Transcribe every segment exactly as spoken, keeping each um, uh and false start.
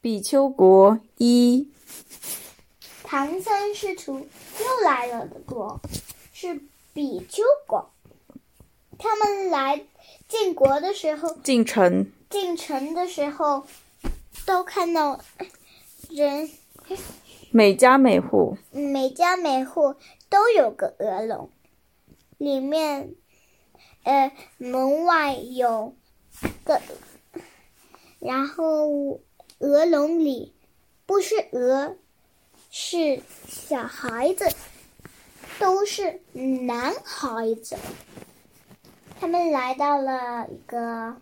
比丘国一。 唐僧师徒又来了的国是比丘国。他们来进国的时候， 进城进城的时候，都看到人每家每户每家每户都有个鹅笼，里面呃门外有个，然后鹅笼里不是鹅，是小孩子，都是男孩子。他们来到了一个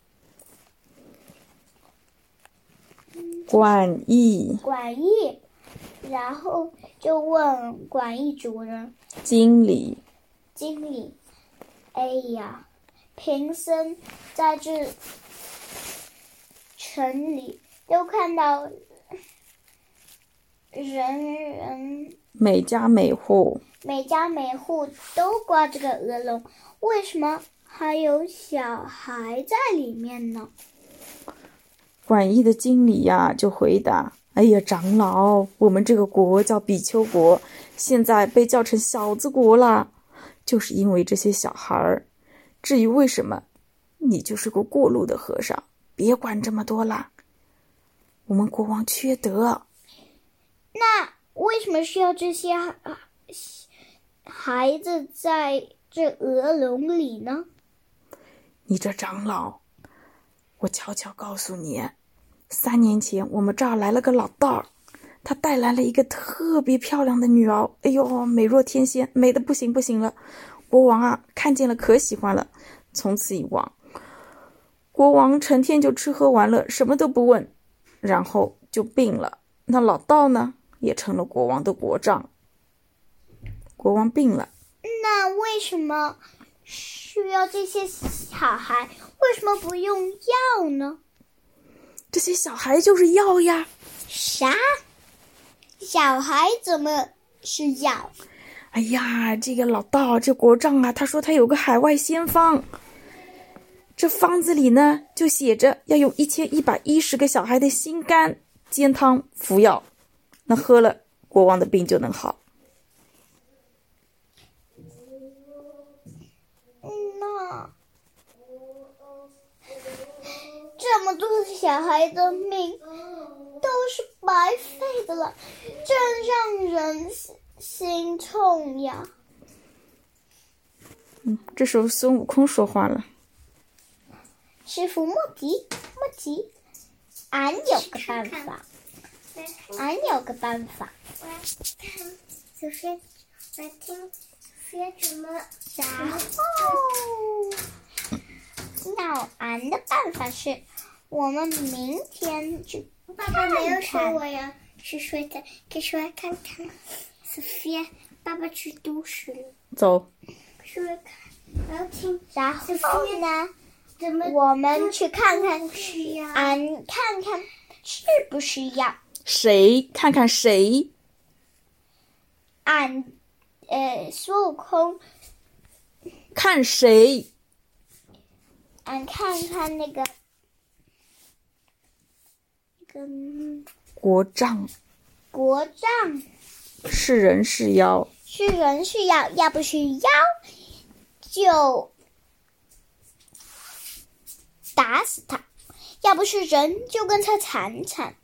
馆驿， 馆驿，然后就问馆驿主人经理经理：“哎呀，贫僧在这城里都看到人人每家每户每家每户都挂这个鹅笼，为什么还有小孩在里面呢？” 馆驿的经理呀、就回答：哎呀，长老，我们这个国叫比丘国，现在被叫成小子国了，就是因为这些小孩儿。至于为什么，你就是个过路的和尚，别管这么多啦。我们国王缺德。 那为什么需要这些孩子在这鹅笼里呢？ 你这长老，我悄悄告诉你，三年前我们这儿来了个老道儿，他带来了一个特别漂亮的女儿，哎呦，美若天仙，美得不行不行了。国王啊，看见了可喜欢了。从此以往，国王成天就吃喝玩乐，什么都不问，然后就病了。那老道呢，也成了国王的国丈。国王病了， 那为什么需要这些小孩？为什么不用药呢？ 这些小孩就是药呀。 啥？小孩怎么是药？ 哎呀，这个老道，这国丈啊，他说他有个海外仙方，这方子里呢就写着要用一千一百一十个小孩的心肝煎汤服药，那喝了国王的病就能好。 那这么多小孩的命都是白费的了，真让人心痛呀。 嗯，这时候孙悟空说话了： 师傅莫急莫急，俺有个办法，俺有个办法。 我要看首先我要听些什么， 然后那俺的办法是，我们明天去爸爸没有说看我要去睡的，可是我要看看。Sophia，爸爸去读书了， 走。 可是我要看，我要听。 然后呢， 怎么我们去看看， 是呀？ 俺看看是不是要谁？看看谁？ 俺呃孙悟空， 看谁？ 俺看看那个那个国丈国丈是人是妖？ 是人是妖，要不是妖就打死他，要不是人就跟他缠缠。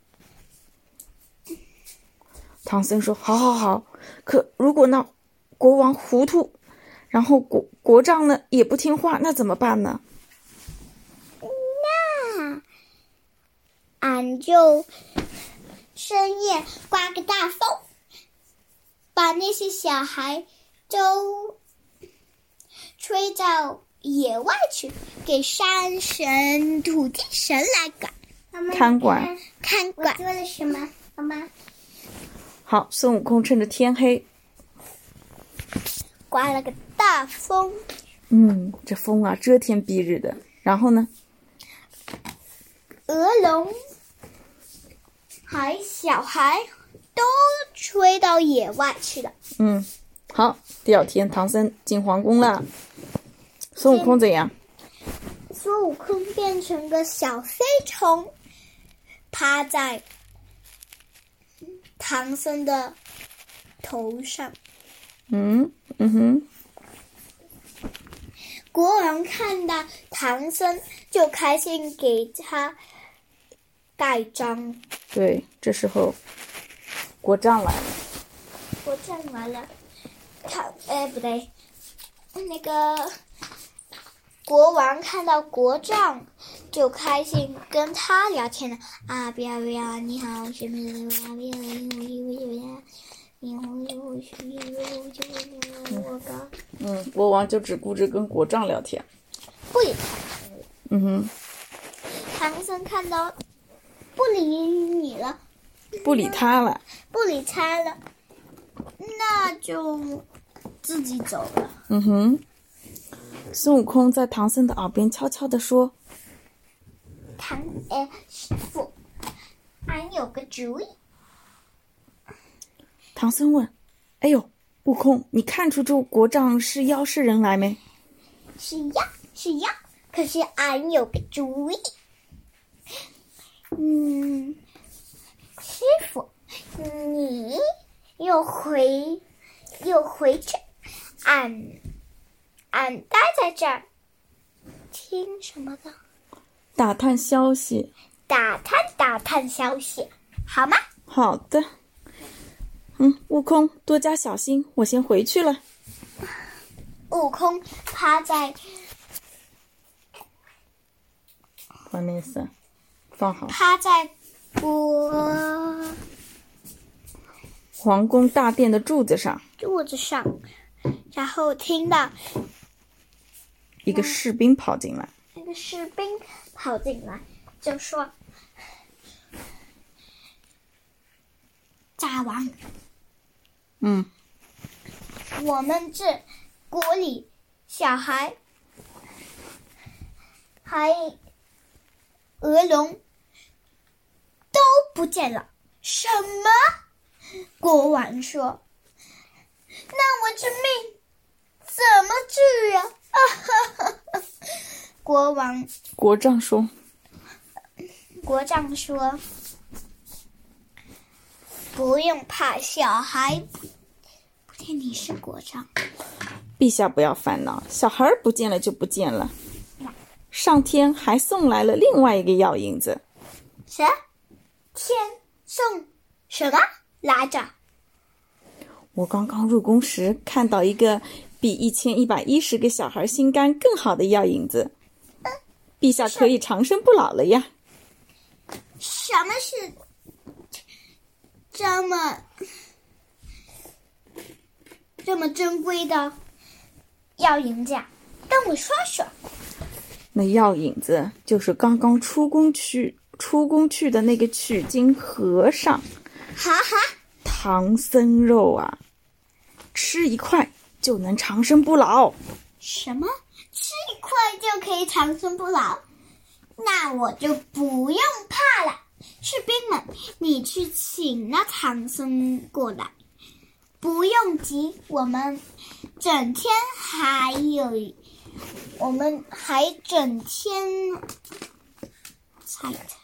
唐僧说：好好好，可如果那国王糊涂，然后国国丈呢也不听话，那怎么办呢？ 那俺就深夜刮个大风，把那些小孩都吹到野外去，给山神、土地神来管妈妈看管看管。 我做了什么？妈妈， 好，孙悟空趁着天黑， 刮了个大风， 嗯，这风啊遮天蔽日的。然后呢， 鹅笼还小孩都吹到野外去了。 嗯，好，第二天唐僧进皇宫了。孙悟空怎样？ 孙悟空变成个小飞虫， 趴在唐僧的头上。 嗯嗯哼。 国王看到唐僧就开心，给他盖章。 对，这时候国丈来了。 国丈来了，看，哎，不对，那个国王看到国丈就开心，跟他聊天了。啊，不要不要，你好，什么的，不要不要，你好，我是我刚嗯，国王就只顾着跟国丈聊天， 不理他。 嗯哼， 唐僧看到不理你了， 不理他了， 不理他了，那就自己走了。 嗯哼。孙悟空在唐僧的耳边悄悄地说：“ 唐，哎，师傅，俺有个主意。” 唐僧问：“哎呦，悟空，你看出这国丈是妖是人来没？”“ 是妖，是妖，可是俺有个主意。”“嗯，师傅，你又回又回去，俺俺待在这儿，听什么的？ 打探消息。 打探打探消息，好吗？”“ 好的。”“嗯，悟空多加小心，我先回去了。” 悟空趴在外面是放好趴在国皇宫大殿的柱子上， 柱子上，然后听到一个士兵跑进来。 那个士兵跑进来，就说：“大王， 嗯， 我们这国里小孩还鹅龙都不见了。”“什么？”国王说，“那我这命怎么治啊？”啊哈哈哈！国王国丈说：“ 国丈说，不用怕，小孩不见你是国丈。 陛下不要烦恼，小孩不见了就不见了。上天还送来了另外一个药引子。”“ 什？天送什么来着？”“ 我刚刚入宫时看到一个比一千一百一十个小孩心肝更好的药引子，陛下可以长生不老了呀。”“ 什么是这么这么珍贵的药引子？跟我说说。”“ 那药引子就是刚刚出宫去出宫去的那个取经和尚。”“ 哈哈， 唐僧肉啊，吃一块就能长生不老。”“ 什么？吃一块就可以长生不老？那我就不用怕了。士兵们，你去请那唐僧过来。不用急，我们整天还有，我们还整天猜一猜。”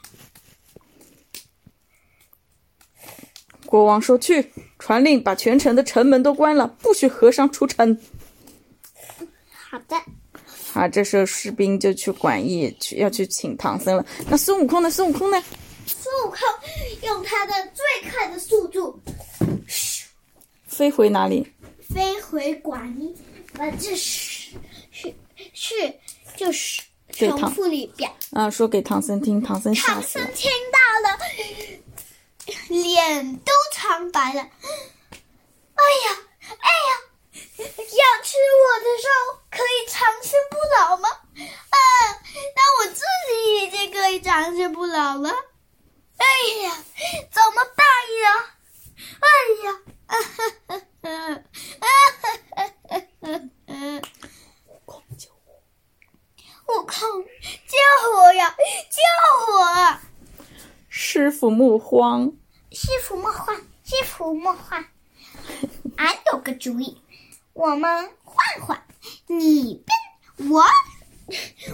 国王说：“去，传令把全城的城门都关了，不许和尚出城。”“ 好的。” 啊，这时候士兵就去管驿，去要去请唐僧了。那孙悟空呢？孙悟空呢？ 孙悟空用他的最快的速度， 飞回哪里？ 飞回管驿，把这是是是就是重复了一遍。 啊，说给唐僧听，唐僧吓唐死了。 僧听到了，脸都苍白了。哎呀，哎呀，要吃我的肉可以长生不老吗？啊，那我自己已经可以长生不老了。哎呀，怎么办呀？哎呀，啊哈哈哈，啊哈哈哈！ 悟空救我！ 悟空，救我呀！救我！ 师傅莫慌， 师傅莫慌，师傅莫慌。俺有个主意，我们换换，你变我，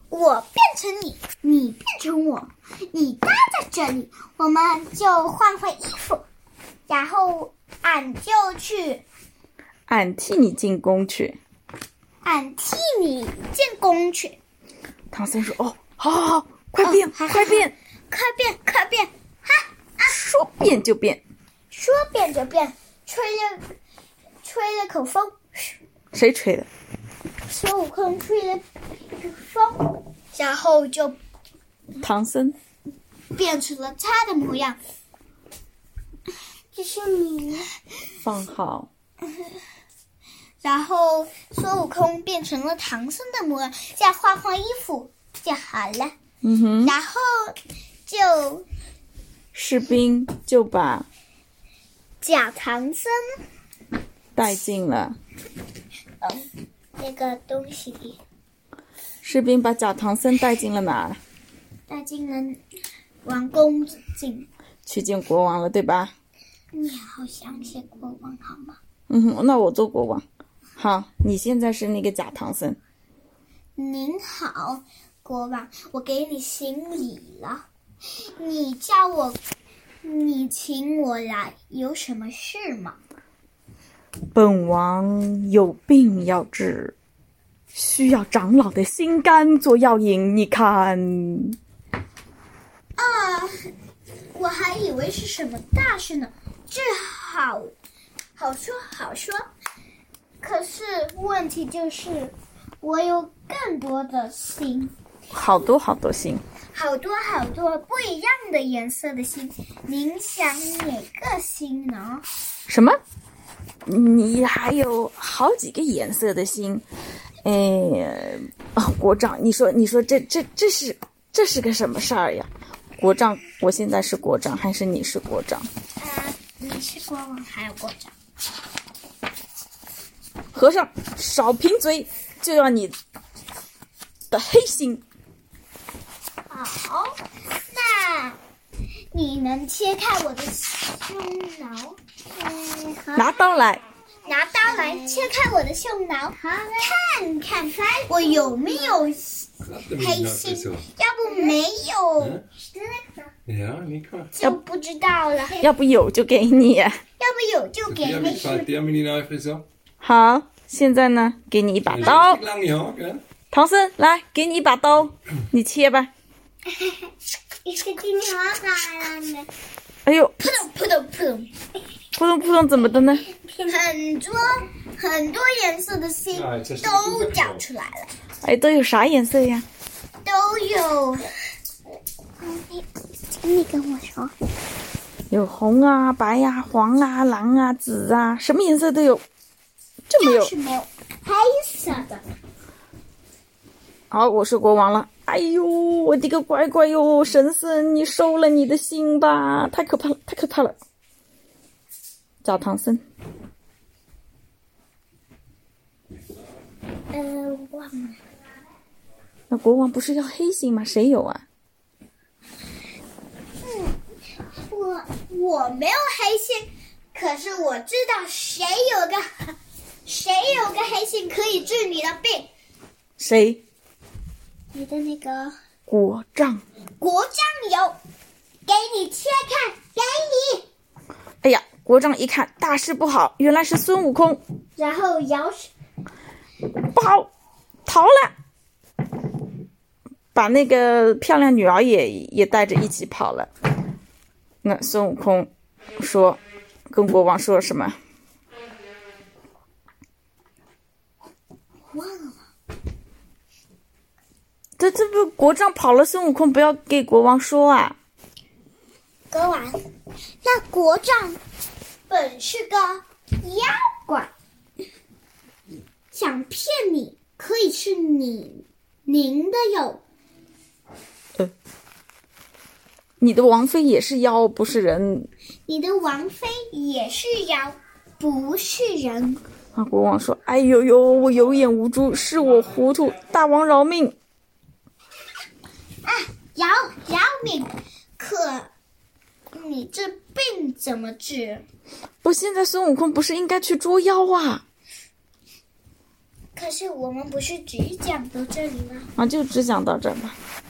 我变成你，你变成我，你待在这里，我们就换换衣服，然后俺就去， 俺替你进宫去。 俺替你进宫去。 唐僧说：“哦，好好好，快变， 哦、 快变， 快变，快变！哈啊， 说变就变， 说变就变，吹了吹了口风。 谁吹的？ 孙悟空吹了一个风，然后就唐僧变成了他的模样。这是你， 放好。 然后孙悟空变成了唐僧的模样，再换换衣服就好了。 嗯哼。 然后就士兵就把假唐僧带进了。 嗯，那个东西里。 士兵把假唐僧带进了哪儿？ 带进了王宫进。 去见国王了，对吧？ 你好想写国王好吗？ 嗯哼，那我做国王。好，你现在是那个假唐僧。 您好，国王，我给你行礼了。你叫我，你请我来，有什么事吗？ 本王有病要治，需要长老的心肝做药引，你看。 啊，我还以为是什么大事呢，这好，好说好说。可是问题就是，我有更多的心， 好多好多心， 好多好多不一样的颜色的心。您想哪个心呢？ 什么？你还有好几个颜色的心？哎，哦，国丈，你说，你说这这这是这是个什么事儿呀？国丈，我现在是国丈还是你是国丈？ 呃，你是国王还有国丈？ 和尚，少贫嘴，就要你的黑心。 好，那你能切开我的胸脑？嗯，好。 拿刀来。 拿刀来切开我的胸脑，看看我有没有黑心。要不没有，就不知道了。 要不有就给你。 要不有就给黑心。 好，现在呢，给你一把刀。唐僧，来，给你一把刀，你切吧。哎呦， 扑通扑通扑通， 扑通扑通，怎么的呢？ 很多很多颜色的心都长出来了。 哎，都有啥颜色呀？ 都有。你你跟我说。 有红啊、白呀、啊、黄啊、蓝啊、紫啊，什么颜色都有。这没有， 就是没有黑色的。 好，我是国王了。哎呦，我的个乖乖哟，神僧，你收了你的心吧，太可怕了，太可怕了。找唐僧。 呃，忘了。 那国王不是要黑心吗？谁有啊？ 嗯，我我没有黑心，可是我知道谁有个谁有个黑心可以治你的病。 谁？ 你的那个国丈。 国丈有，给你切开，给你。 哎呀，国丈一看大事不好，原来是孙悟空。 然后摇手， 跑，逃了，把那个漂亮女儿也也带着一起跑了。那孙悟空说，跟国王说什么？ 忘了。 这这不国丈跑了，孙悟空不要给国王说啊。 国王，那国丈本是个妖怪，想骗你，可以是你您的哟。 呃，你的王妃也是妖，不是人。 你的王妃也是妖，不是人。 啊，国王说：“哎呦呦，我有眼无珠，是我糊涂，大王饶命！” 啊，饶饶命！可你这病怎么治？ 不，现在孙悟空不是应该去捉妖啊？ 可是我们不是只讲到这里吗？ 啊，就只讲到这儿吧。